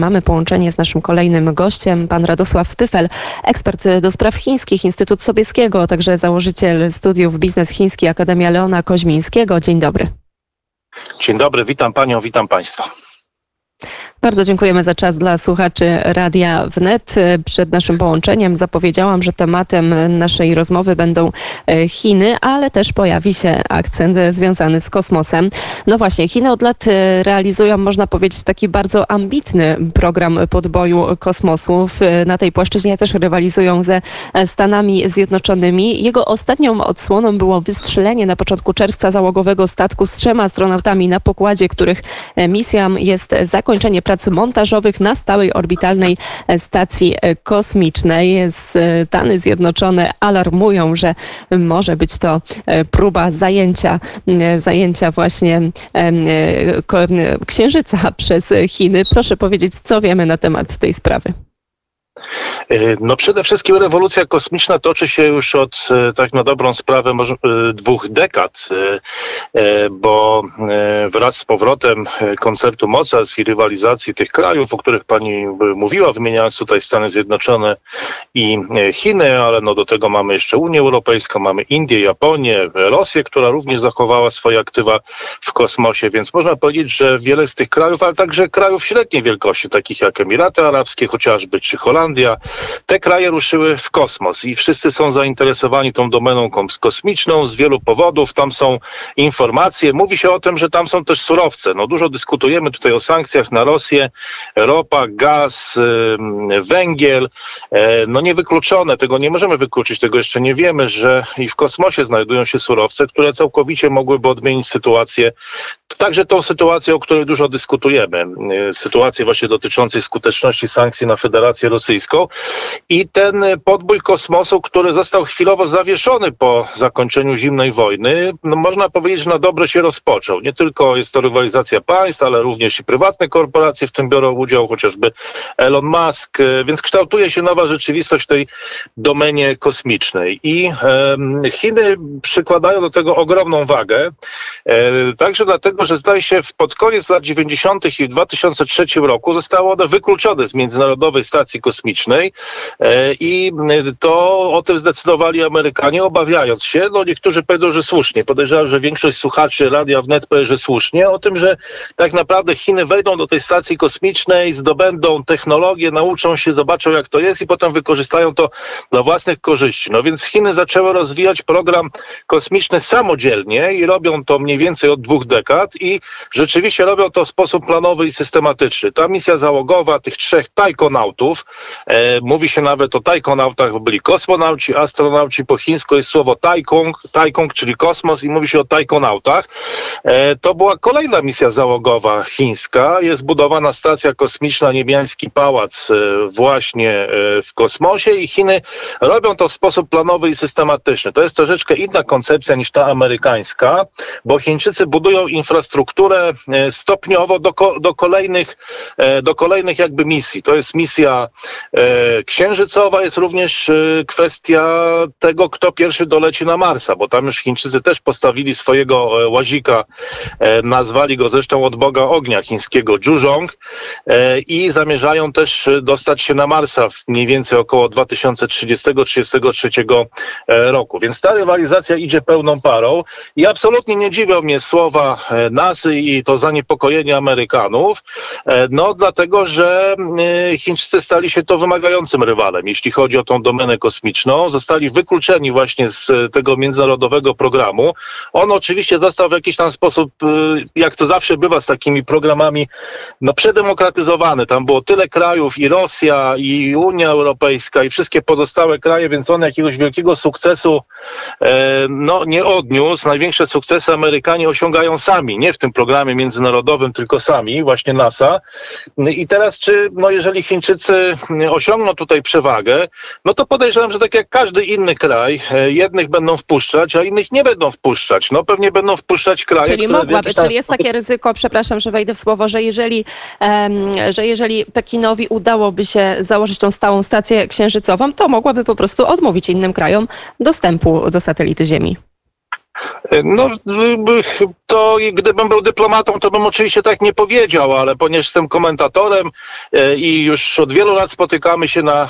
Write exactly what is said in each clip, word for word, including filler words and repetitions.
Mamy połączenie z naszym kolejnym gościem, pan Radosław Pyfel, ekspert do spraw chińskich, Instytut Sobieskiego, także założyciel studiów Biznes Chiński, Akademia Leona Koźmińskiego. Dzień dobry. Dzień dobry, witam panią, witam państwa. Bardzo dziękujemy za czas dla słuchaczy Radia Wnet. Przed naszym połączeniem zapowiedziałam, że tematem naszej rozmowy będą Chiny, ale też pojawi się akcent związany z kosmosem. No właśnie, Chiny od lat realizują, można powiedzieć, taki bardzo ambitny program podboju kosmosu. Na tej płaszczyźnie też rywalizują ze Stanami Zjednoczonymi. Jego ostatnią odsłoną było wystrzelenie na początku czerwca załogowego statku z trzema astronautami na pokładzie, których misją jest zakończenie prac montażowych na stałej orbitalnej stacji kosmicznej. Stany Zjednoczone alarmują, że może być to próba zajęcia, zajęcia właśnie Księżyca przez Chiny. Proszę powiedzieć, co wiemy na temat tej sprawy. No przede wszystkim rewolucja kosmiczna toczy się już od, tak na dobrą sprawę, może dwóch dekad, bo wraz z powrotem konceptu mocarstw i rywalizacji tych krajów, o których pani mówiła, wymieniając tutaj Stany Zjednoczone i Chiny, ale no do tego mamy jeszcze Unię Europejską, mamy Indię, Japonię, Rosję, która również zachowała swoje aktywa w kosmosie, więc można powiedzieć, że wiele z tych krajów, ale także krajów średniej wielkości, takich jak Emiraty Arabskie chociażby, czy Holandia, te kraje ruszyły w kosmos i wszyscy są zainteresowani tą domeną kosmiczną z wielu powodów. Tam są informacje. Mówi się o tym, że tam są też surowce. No dużo dyskutujemy tutaj o sankcjach na Rosję. Ropa, gaz, węgiel. No niewykluczone. Tego nie możemy wykluczyć. Tego jeszcze nie wiemy, że i w kosmosie znajdują się surowce, które całkowicie mogłyby odmienić sytuację. Także tą sytuację, o której dużo dyskutujemy. Sytuację właśnie dotyczącej skuteczności sankcji na Federację Rosyjską. I ten podbój kosmosu, który został chwilowo zawieszony po zakończeniu zimnej wojny, no można powiedzieć, że na dobre się rozpoczął. Nie tylko jest to rywalizacja państw, ale również i prywatne korporacje w tym biorą udział, chociażby Elon Musk, więc kształtuje się nowa rzeczywistość w tej domenie kosmicznej. I e, Chiny przykładają do tego ogromną wagę, e, także dlatego, że zdaje się pod koniec lat dziewięćdziesiątych i w dwa tysiące trzecim roku zostały one wykluczone z Międzynarodowej Stacji Kosmicznej i to o tym zdecydowali Amerykanie, obawiając się, no niektórzy powiedzą, że słusznie, podejrzewam, że większość słuchaczy Radia Wnet powie, że słusznie, o tym, że tak naprawdę Chiny wejdą do tej stacji kosmicznej, zdobędą technologię, nauczą się, zobaczą jak to jest i potem wykorzystają to dla własnych korzyści. No więc Chiny zaczęły rozwijać program kosmiczny samodzielnie i robią to mniej więcej od dwóch dekad i rzeczywiście robią to w sposób planowy i systematyczny. Ta misja załogowa tych trzech tajkonautów, E, mówi się nawet o tajkonautach, bo byli kosmonauci, astronauci, po chińsku jest słowo tajkung, tajkung, czyli kosmos i mówi się o tajkonautach. E, to była kolejna misja załogowa chińska. Jest budowana stacja kosmiczna Niebiański Pałac e, właśnie e, w kosmosie i Chiny robią to w sposób planowy i systematyczny. To jest troszeczkę inna koncepcja niż ta amerykańska, bo Chińczycy budują infrastrukturę e, stopniowo do, ko, do kolejnych e, do kolejnych jakby misji. To jest misja księżycowa, jest również kwestia tego, kto pierwszy doleci na Marsa, bo tam już Chińczycy też postawili swojego łazika, nazwali go zresztą od Boga Ognia chińskiego Zhuzhong i zamierzają też dostać się na Marsa w mniej więcej około dwa tysiące trzydziestego do trzydziestego trzeciego roku. Więc ta rywalizacja idzie pełną parą i absolutnie nie dziwią mnie słowa NASA i to zaniepokojenie Amerykanów, no dlatego, że Chińczycy stali się to wymagającym rywalem, jeśli chodzi o tą domenę kosmiczną. Zostali wykluczeni właśnie z tego międzynarodowego programu. On oczywiście został w jakiś tam sposób, jak to zawsze bywa z takimi programami, no przedemokratyzowany. Tam było tyle krajów, i Rosja, i Unia Europejska, i wszystkie pozostałe kraje, więc on jakiegoś wielkiego sukcesu e, no nie odniósł. Największe sukcesy Amerykanie osiągają sami, nie w tym programie międzynarodowym, tylko sami, właśnie NASA. I teraz czy, no jeżeli Chińczycy osiągną tutaj przewagę, no to podejrzewam, że tak jak każdy inny kraj, jednych będą wpuszczać, a innych nie będą wpuszczać. No pewnie będą wpuszczać kraje, czyli które... mogłaby, czyli jest takie ryzyko, przepraszam, że wejdę w słowo, że jeżeli, um, że jeżeli Pekinowi udałoby się założyć tą stałą stację księżycową, to mogłaby po prostu odmówić innym krajom dostępu do satelity Ziemi. No, to gdybym był dyplomatą, to bym oczywiście tak nie powiedział, ale ponieważ jestem komentatorem i już od wielu lat spotykamy się na,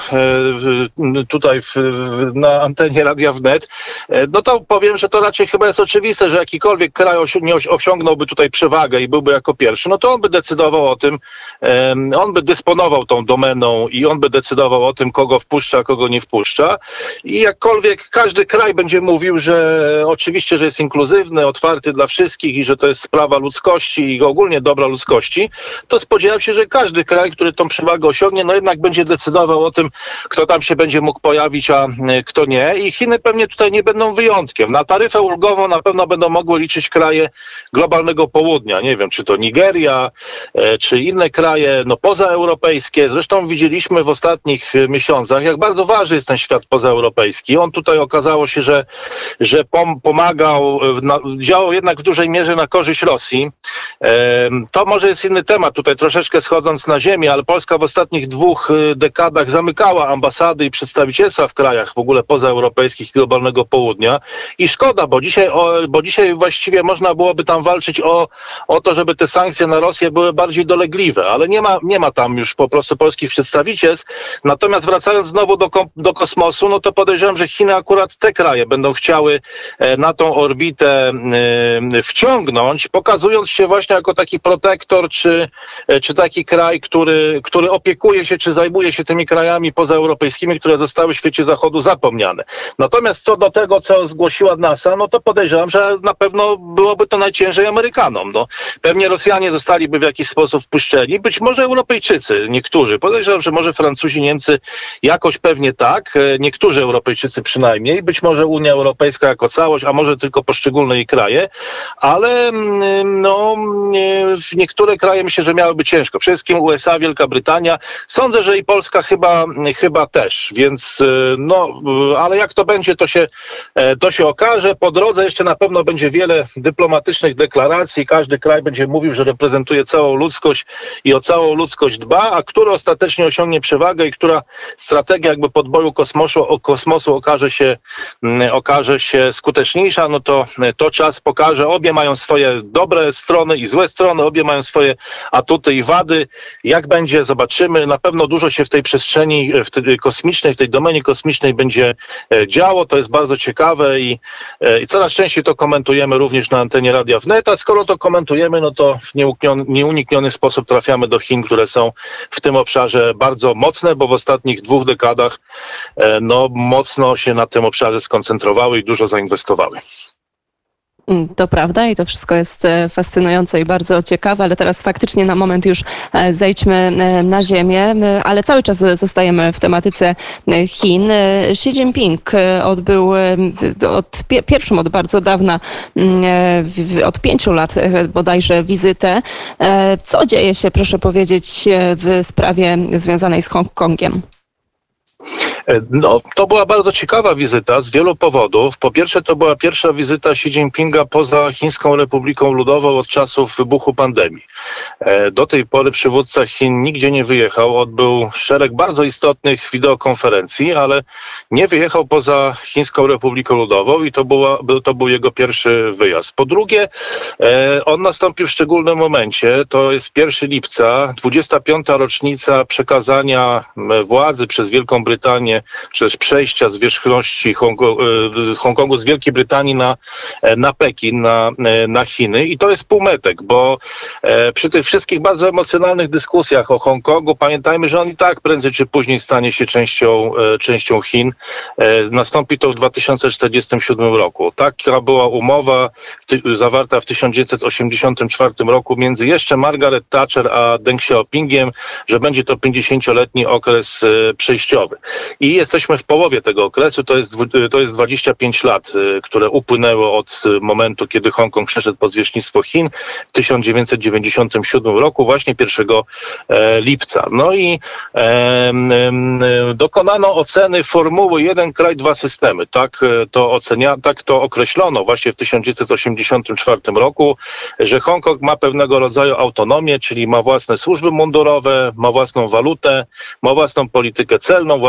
tutaj w, na antenie Radia Wnet, no to powiem, że to raczej chyba jest oczywiste, że jakikolwiek kraj nie osiągnąłby tutaj przewagę i byłby jako pierwszy, no to on by decydował o tym, on by dysponował tą domeną i on by decydował o tym, kogo wpuszcza, a kogo nie wpuszcza. I jakkolwiek każdy kraj będzie mówił, że oczywiście, że jest inkluzywny, otwarty dla wszystkich i że to jest sprawa ludzkości i ogólnie dobra ludzkości, to spodziewam się, że każdy kraj, który tą przewagę osiągnie, no jednak będzie decydował o tym, kto tam się będzie mógł pojawić, a kto nie. I Chiny pewnie tutaj nie będą wyjątkiem. Na taryfę ulgową na pewno będą mogły liczyć kraje globalnego południa. Nie wiem, czy to Nigeria, czy inne kraje no, pozaeuropejskie. Zresztą widzieliśmy w ostatnich miesiącach, jak bardzo ważny jest ten świat pozaeuropejski. On tutaj okazało się, że, że pom- pomagał, na, działał jednak w dużej mierze na korzyść Rosji. To może jest inny temat, tutaj troszeczkę schodząc na ziemię, ale Polska w ostatnich dwóch dekadach zamykała ambasady i przedstawicielstwa w krajach w ogóle pozaeuropejskich i globalnego południa. I szkoda, bo dzisiaj, bo dzisiaj właściwie można byłoby tam walczyć o, o to, żeby te sankcje na Rosję były bardziej dolegliwe, ale nie ma, nie ma tam już po prostu polskich przedstawicielstw. Natomiast wracając znowu do, do kosmosu, no to podejrzewam, że Chiny akurat te kraje będą chciały na tą orbitę wciągnąć, pokazując się właśnie jako taki protektor, czy, czy taki kraj, który, który opiekuje się, czy zajmuje się tymi krajami pozaeuropejskimi, które zostały w świecie zachodu zapomniane. Natomiast co do tego, co zgłosiła NASA, no to podejrzewam, że na pewno byłoby to najciężej Amerykanom. No, pewnie Rosjanie zostaliby w jakiś sposób wpuszczeni, być może Europejczycy, niektórzy. Podejrzewam, że może Francuzi, Niemcy jakoś pewnie tak, niektórzy Europejczycy przynajmniej, być może Unia Europejska jako całość, a może tylko poszczególne jej kraje, ale no, w niektóre kraje myślę, że miałyby ciężko. Przede wszystkim U S A, Wielka Brytania. Sądzę, że i Polska chyba, chyba też, więc no, ale jak to będzie, to się, to się okaże. Po drodze jeszcze na pewno będzie wiele dyplomatycznych deklaracji. Każdy kraj będzie mówił, że reprezentuje całą ludzkość i o całą ludzkość dba, a który ostatecznie osiągnie przewagę i która strategia jakby podboju kosmosu, o kosmosu okaże się, okaże się skuteczniejsza, no to, to czas pokaże. Obie mają swoje dobre strony i złe strony, obie mają swoje atuty i wady. Jak będzie, zobaczymy. Na pewno dużo się w tej przestrzeni w tej kosmicznej, w tej domenie kosmicznej będzie działo. To jest bardzo ciekawe i, i coraz częściej to komentujemy również na antenie Radia Wnet, a skoro to komentujemy, no to w nieunikniony, nieunikniony sposób trafiamy do Chin, które są w tym obszarze bardzo mocne, bo w ostatnich dwóch dekadach no, mocno się na tym obszarze skoncentrowały i dużo zainwestowały. To prawda i to wszystko jest fascynujące i bardzo ciekawe, ale teraz faktycznie na moment już zejdźmy na ziemię, ale cały czas zostajemy w tematyce Chin. Xi Jinping odbył od, pierwszym od bardzo dawna, od pięciu lat bodajże wizytę. Co dzieje się, proszę powiedzieć, w sprawie związanej z Hongkongiem? No, to była bardzo ciekawa wizyta z wielu powodów. Po pierwsze, to była pierwsza wizyta Xi Jinpinga poza Chińską Republiką Ludową od czasów wybuchu pandemii. Do tej pory przywódca Chin nigdzie nie wyjechał. Odbył szereg bardzo istotnych wideokonferencji, ale nie wyjechał poza Chińską Republiką Ludową i to, była, to był jego pierwszy wyjazd. Po drugie, on nastąpił w szczególnym momencie. To jest pierwszego lipca, dwudziesta piąta rocznica przekazania władzy przez Wielką Brytanię, czy też przejścia zwierzchności Hongkongu, z Hongkongu z Wielkiej Brytanii na, na Pekin, na, na Chiny. I to jest półmetek, bo przy tych wszystkich bardzo emocjonalnych dyskusjach o Hongkongu pamiętajmy, że on i tak prędzej czy później stanie się częścią, częścią Chin. Nastąpi to w dwa tysiące czterdziestym siódmym roku. Taka była umowa zawarta w tysiąc dziewięćset osiemdziesiątym czwartym roku między jeszcze Margaret Thatcher a Deng Xiaopingiem, że będzie to pięćdziesięcioletni okres przejściowy. I jesteśmy w połowie tego okresu, to jest, to jest dwadzieścia pięć lat, które upłynęło od momentu, kiedy Hongkong przeszedł pod zwierzchnictwo Chin w tysiąc dziewięćset dziewięćdziesiątym siódmym roku, właśnie pierwszego lipca. No i e, e, dokonano oceny formuły jeden kraj, dwa systemy. Tak to ocenia, tak to określono właśnie w tysiąc dziewięćset osiemdziesiątym czwartym roku, że Hongkong ma pewnego rodzaju autonomię, czyli ma własne służby mundurowe, ma własną walutę, ma własną politykę celną, własne granice,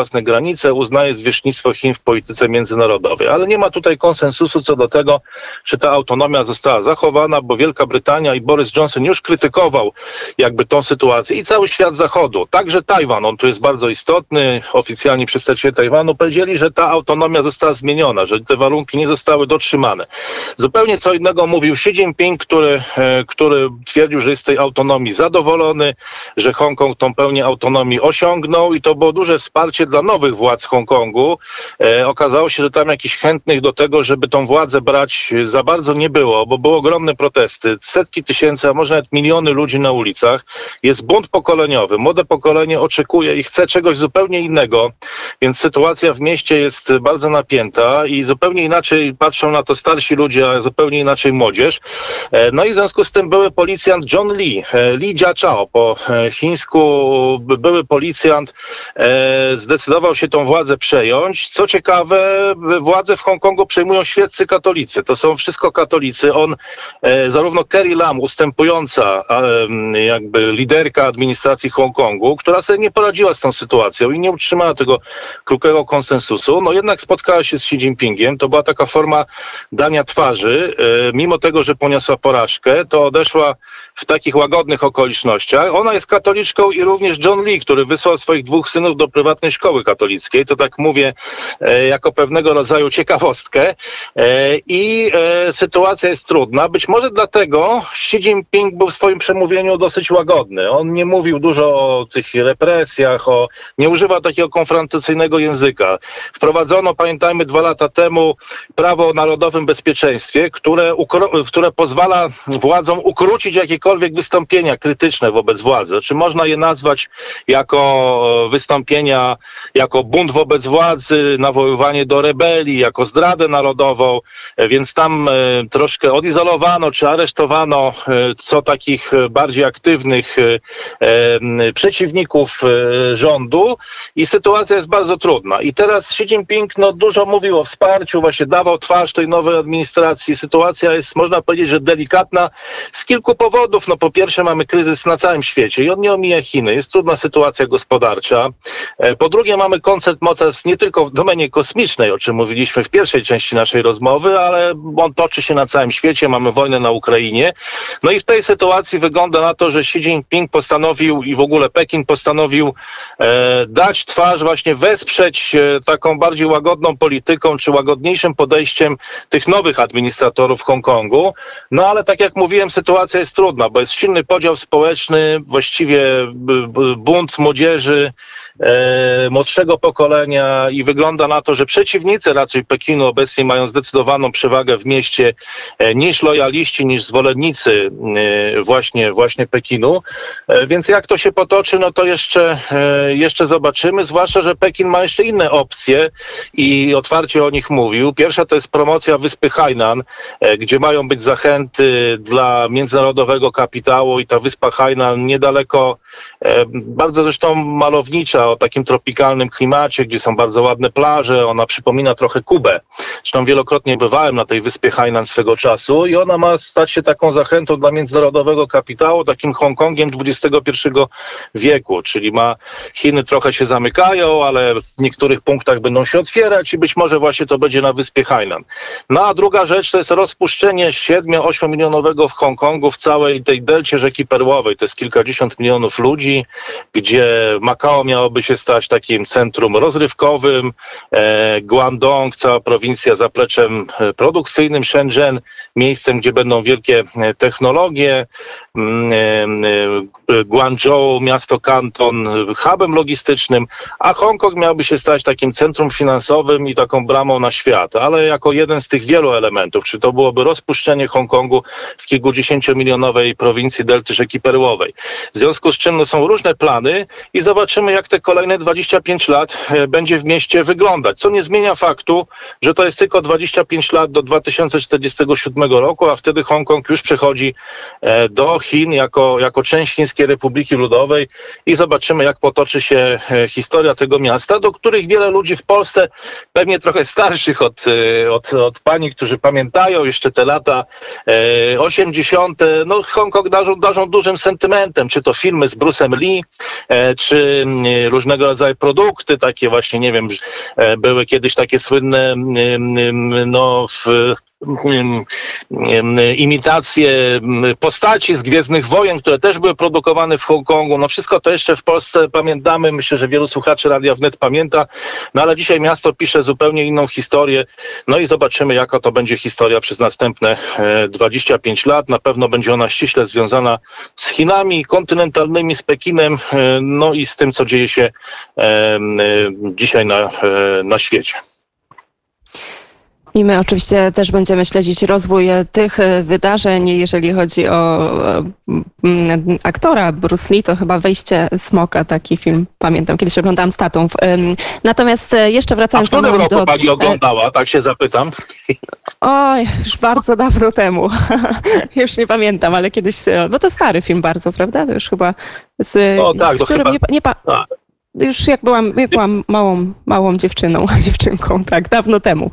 granice, uznaje zwierzchnictwo Chin w polityce międzynarodowej. Ale nie ma tutaj konsensusu co do tego, czy ta autonomia została zachowana, bo Wielka Brytania i Boris Johnson już krytykował jakby tą sytuację i cały świat zachodu, także Tajwan, on tu jest bardzo istotny, oficjalni przedstawiciele Tajwanu powiedzieli, że ta autonomia została zmieniona, że te warunki nie zostały dotrzymane. Zupełnie co innego mówił Xi Jinping, który, który twierdził, że jest z tej autonomii zadowolony, że Hongkong tą pełnię autonomii osiągnął i to było duże wsparcie dla nowych władz Hongkongu. E, okazało się, że tam jakichś chętnych do tego, żeby tą władzę brać, za bardzo nie było, bo były ogromne protesty, setki tysięcy, a może nawet miliony ludzi na ulicach. Jest bunt pokoleniowy, młode pokolenie oczekuje i chce czegoś zupełnie innego, więc sytuacja w mieście jest bardzo napięta i zupełnie inaczej patrzą na to starsi ludzie, a zupełnie inaczej młodzież. E, no i w związku z tym były policjant John Lee, e, Lee Jia-chao, po e, chińsku były policjant, e, zdecydował się tą władzę przejąć. Co ciekawe, władzę w Hongkongu przejmują świeccy katolicy. To są wszystko katolicy. On, e, zarówno Carrie Lam, ustępująca e, jakby liderka administracji Hongkongu, która sobie nie poradziła z tą sytuacją i nie utrzymała tego krótkiego konsensusu, no jednak spotkała się z Xi Jinpingiem. To była taka forma dania twarzy. E, mimo tego, że poniosła porażkę, to odeszła w takich łagodnych okolicznościach. Ona jest katoliczką i również John Lee, który wysłał swoich dwóch synów do prywatnej szkoły katolickiej. To tak mówię e, jako pewnego rodzaju ciekawostkę. E, I e, sytuacja jest trudna. Być może dlatego Xi Jinping był w swoim przemówieniu dosyć łagodny. On nie mówił dużo o tych represjach, o, nie używał takiego konfrontacyjnego języka. Wprowadzono, pamiętajmy, dwa lata temu prawo o narodowym bezpieczeństwie, które, ukro- które pozwala władzom ukrócić jakiekolwiek wystąpienia krytyczne wobec władzy. Czy można je nazwać jako wystąpienia, jako bunt wobec władzy, nawoływanie do rebelii, jako zdradę narodową, więc tam troszkę odizolowano czy aresztowano co takich bardziej aktywnych przeciwników rządu i sytuacja jest bardzo trudna. I teraz Xi Jinping no, dużo mówił o wsparciu, właśnie dawał twarz tej nowej administracji. Sytuacja jest, można powiedzieć, że delikatna z kilku powodów. No po pierwsze mamy kryzys na całym świecie i on nie omija Chiny. Jest trudna sytuacja gospodarcza. Po drugie mamy koncert mocarstw nie tylko w domenie kosmicznej, o czym mówiliśmy w pierwszej części naszej rozmowy, ale on toczy się na całym świecie. Mamy wojnę na Ukrainie. No i w tej sytuacji wygląda na to, że Xi Jinping postanowił i w ogóle Pekin postanowił e, dać twarz, właśnie wesprzeć e, taką bardziej łagodną polityką czy łagodniejszym podejściem tych nowych administratorów Hongkongu. No ale tak jak mówiłem, sytuacja jest trudna, bo jest silny podział społeczny, właściwie bunt młodzieży, e, młodszego pokolenia i wygląda na to, że przeciwnicy raczej Pekinu obecnie mają zdecydowaną przewagę w mieście e, niż lojaliści, niż zwolennicy e, właśnie, właśnie Pekinu. E, więc jak to się potoczy, no to jeszcze, e, jeszcze zobaczymy, zwłaszcza, że Pekin ma jeszcze inne opcje i otwarcie o nich mówił. Pierwsza to jest promocja wyspy Hainan, e, gdzie mają być zachęty dla międzynarodowego kapitału i ta wyspa Hainan niedaleko, e, bardzo zresztą malownicza, o takim tropikalnym klimacie, gdzie są bardzo ładne plaże. Ona przypomina trochę Kubę. Zresztą wielokrotnie bywałem na tej wyspie Hainan swego czasu i ona ma stać się taką zachętą dla międzynarodowego kapitału, takim Hongkongiem dwudziestego pierwszego wieku, czyli ma Chiny trochę się zamykają, ale w niektórych punktach będą się otwierać i być może właśnie to będzie na wyspie Hainan. No a druga rzecz to jest rozpuszczenie siedmiu ośmiu milionowego w Hongkongu w całej tej delcie rzeki Perłowej. To jest kilkadziesiąt milionów ludzi, gdzie Makao miałoby się stać takim centrum rozrywkowym, e, Guangdong, cała prowincja zapleczem produkcyjnym, Shenzhen, miejscem, gdzie będą wielkie technologie, e, e, Guangzhou, miasto Kanton, hubem logistycznym, a Hongkong miałby się stać takim centrum finansowym i taką bramą na świat, ale jako jeden z tych wielu elementów, czy to byłoby rozpuszczenie Hongkongu w kilkudziesięciomilionowej prowincji delty rzeki Perłowej. W związku z czym no, są różne plany i zobaczymy, jak te kolejne dwadzieścia pięć lat e, będzie w mieście wyglądać, co nie zmienia faktu, że to jest tylko dwadzieścia pięć lat do dwa tysiące czterdziestego siódmego roku, a wtedy Hongkong już przechodzi e, do Chin jako, jako część Chińskiej Republiki Ludowej i zobaczymy, jak potoczy się e, historia tego miasta, do których wiele ludzi w Polsce, pewnie trochę starszych od, e, od, od pani, którzy pamiętają jeszcze te lata e, osiemdziesiąte, no Hongkong darzą, darzą dużym sentymentem, czy to filmy z Bruce'em Lee, e, czy e, różnego rodzaju produkty, buty takie właśnie, nie wiem, były kiedyś takie słynne, no w imitacje postaci z Gwiezdnych Wojen, które też były produkowane w Hongkongu. No wszystko to jeszcze w Polsce pamiętamy. Myślę, że wielu słuchaczy Radia Wnet pamięta. No ale dzisiaj miasto pisze zupełnie inną historię. No i zobaczymy, jaka to będzie historia przez następne dwadzieścia pięć lat. Na pewno będzie ona ściśle związana z Chinami kontynentalnymi, z Pekinem, no i z tym, co dzieje się dzisiaj na, na świecie. I my oczywiście też będziemy śledzić rozwój tych wydarzeń. Jeżeli chodzi o aktora Bruce Lee, to chyba Wejście Smoka, taki film, pamiętam, kiedyś oglądałam z tatą. Natomiast jeszcze wracając... A w którym roku do... pani oglądała, tak się zapytam? Oj, już bardzo dawno temu. Już nie pamiętam, ale kiedyś... Bo to stary film bardzo, prawda? To już chyba z... O, tak, w którym chyba... nie, nie pa... Już jak byłam, jak byłam małą, małą dziewczyną, dziewczynką, tak, dawno temu.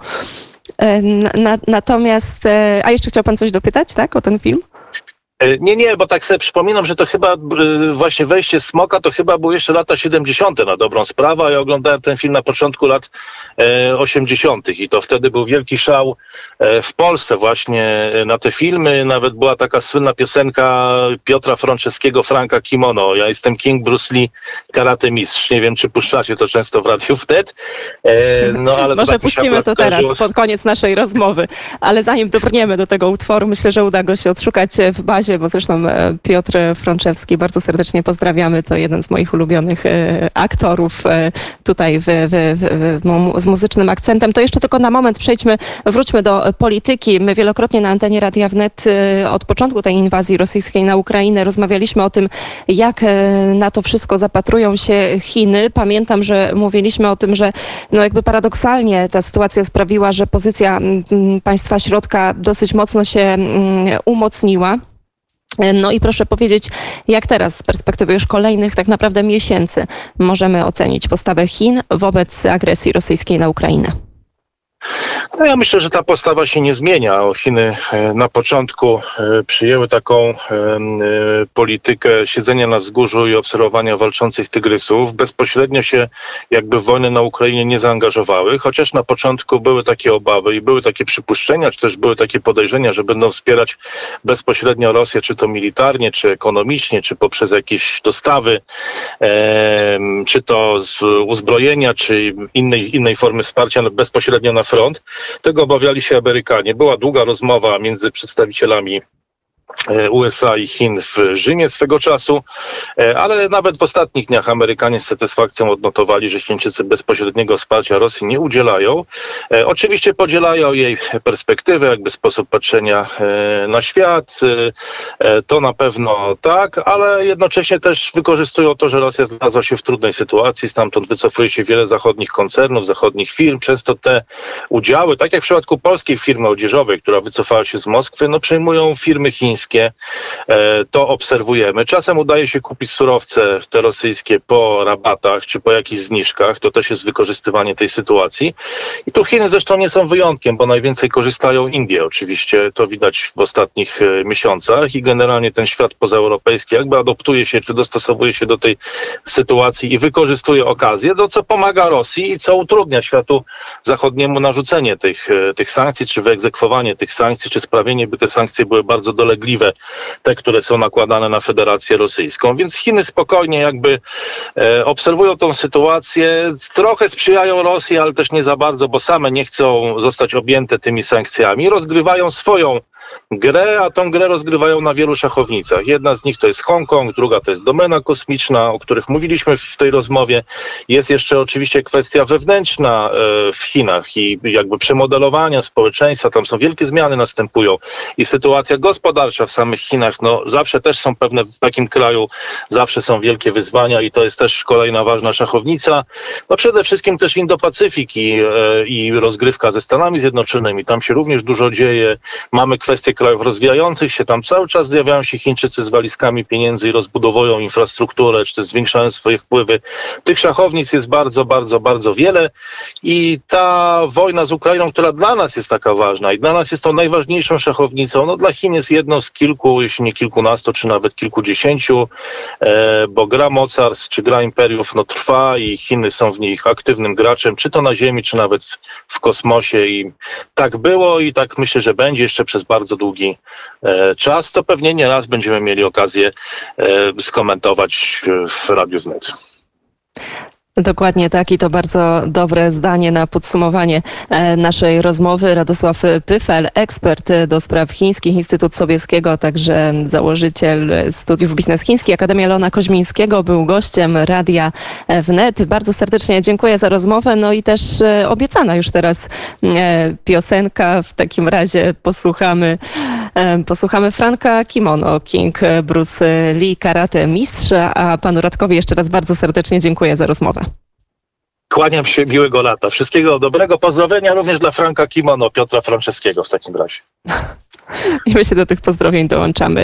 Na, natomiast, a jeszcze chciał pan coś dopytać, tak, o ten film? Nie, nie, bo tak sobie przypominam, że to chyba właśnie Wejście Smoka to chyba były jeszcze lata siedemdziesiąte na dobrą sprawę, a ja oglądałem ten film na początku lat osiemdziesiątych i to wtedy był wielki szał w Polsce właśnie na te filmy. Nawet była taka słynna piosenka Piotra Franceskiego, Franka Kimono. Ja jestem King Bruce Lee, karate mistrz. Nie wiem, czy puszczacie to często w Radiu Wnet. No, ale może tak puścimy to teraz, pod koniec naszej rozmowy. Ale zanim dobrniemy do tego utworu, myślę, że uda go się odszukać w bazie, bo zresztą Piotr Frączewski, bardzo serdecznie pozdrawiamy, to jeden z moich ulubionych aktorów tutaj w, w, w, z muzycznym akcentem. To jeszcze tylko na moment przejdźmy, wróćmy do polityki. My wielokrotnie na antenie Radia Wnet od początku tej inwazji rosyjskiej na Ukrainę rozmawialiśmy o tym, jak na to wszystko zapatrują się Chiny. Pamiętam, że mówiliśmy o tym, że no jakby paradoksalnie ta sytuacja sprawiła, że pozycja państwa środka dosyć mocno się umocniła. No i proszę powiedzieć, jak teraz z perspektywy już kolejnych tak naprawdę miesięcy możemy ocenić postawę Chin wobec agresji rosyjskiej na Ukrainę? No ja myślę, że ta postawa się nie zmienia. Chiny na początku przyjęły taką politykę siedzenia na wzgórzu i obserwowania walczących tygrysów. Bezpośrednio się jakby w wojnę na Ukrainie nie zaangażowały, chociaż na początku były takie obawy i były takie przypuszczenia, czy też były takie podejrzenia, że będą wspierać bezpośrednio Rosję, czy to militarnie, czy ekonomicznie, czy poprzez jakieś dostawy, czy to z uzbrojenia, czy innej, innej formy wsparcia bezpośrednio na front. Tego obawiali się Amerykanie. Była długa rozmowa między przedstawicielami U S A i Chin w Rzymie swego czasu, ale nawet w ostatnich dniach Amerykanie z satysfakcją odnotowali, że Chińczycy bezpośredniego wsparcia Rosji nie udzielają. Oczywiście podzielają jej perspektywę, jakby sposób patrzenia na świat, to na pewno tak, ale jednocześnie też wykorzystują to, że Rosja znalazła się w trudnej sytuacji, stamtąd wycofuje się wiele zachodnich koncernów, zachodnich firm. Często te udziały, tak jak w przypadku polskiej firmy odzieżowej, która wycofała się z Moskwy, no przejmują firmy chińskie. To obserwujemy. Czasem udaje się kupić surowce te rosyjskie po rabatach czy po jakichś zniżkach. To też jest wykorzystywanie tej sytuacji. I tu Chiny zresztą nie są wyjątkiem, bo najwięcej korzystają Indie oczywiście. To widać w ostatnich miesiącach i generalnie ten świat pozaeuropejski jakby adoptuje się czy dostosowuje się do tej sytuacji i wykorzystuje okazję, do co pomaga Rosji i co utrudnia światu zachodniemu narzucenie tych, tych sankcji, czy wyegzekwowanie tych sankcji, czy sprawienie, by te sankcje były bardzo dolegliwe, te, które są nakładane na Federację Rosyjską. Więc Chiny spokojnie jakby e, obserwują tą sytuację, trochę sprzyjają Rosji, ale też nie za bardzo, bo same nie chcą zostać objęte tymi sankcjami. Rozgrywają swoją grę, a tą grę rozgrywają na wielu szachownicach. Jedna z nich to jest Hongkong, druga to jest domena kosmiczna, o których mówiliśmy w tej rozmowie. Jest jeszcze oczywiście kwestia wewnętrzna w Chinach i jakby przemodelowania społeczeństwa. Tam są wielkie zmiany następują i sytuacja gospodarcza w samych Chinach, no zawsze też są pewne, w takim kraju zawsze są wielkie wyzwania i to jest też kolejna ważna szachownica. No przede wszystkim też Indo-Pacyfik i, i rozgrywka ze Stanami Zjednoczonymi. Tam się również dużo dzieje. Mamy kwestię kwestie krajów rozwijających się. Tam cały czas zjawiają się Chińczycy z walizkami pieniędzy i rozbudowują infrastrukturę, czy też zwiększają swoje wpływy. Tych szachownic jest bardzo, bardzo, bardzo wiele i ta wojna z Ukrainą, która dla nas jest taka ważna i dla nas jest tą najważniejszą szachownicą, no dla Chin jest jedną z kilku, jeśli nie kilkunastu, czy nawet kilkudziesięciu, e, bo gra mocarstw, czy gra imperiów no, trwa i Chiny są w nich aktywnym graczem, czy to na ziemi, czy nawet w, w kosmosie i tak było i tak myślę, że będzie jeszcze przez bardzo długi e, czas, to pewnie nie raz będziemy mieli okazję e, skomentować w Radiu Wnet. Dokładnie tak i to bardzo dobre zdanie na podsumowanie naszej rozmowy. Radosław Pyfel, ekspert do spraw chińskich, Instytut Sobieskiego, a także założyciel studiów Biznes Chiński, Akademia Leona Koźmińskiego, był gościem Radia Wnet. Bardzo serdecznie dziękuję za rozmowę, no i też obiecana już teraz piosenka. W takim razie posłuchamy Posłuchamy Franka Kimono, King Bruce Lee, karate mistrz, a panu Radkowi jeszcze raz bardzo serdecznie dziękuję za rozmowę. Kłaniam się, miłego lata. Wszystkiego dobrego. Pozdrowienia również dla Franka Kimono, Piotra Franceskiego w takim razie. I my się do tych pozdrowień dołączamy.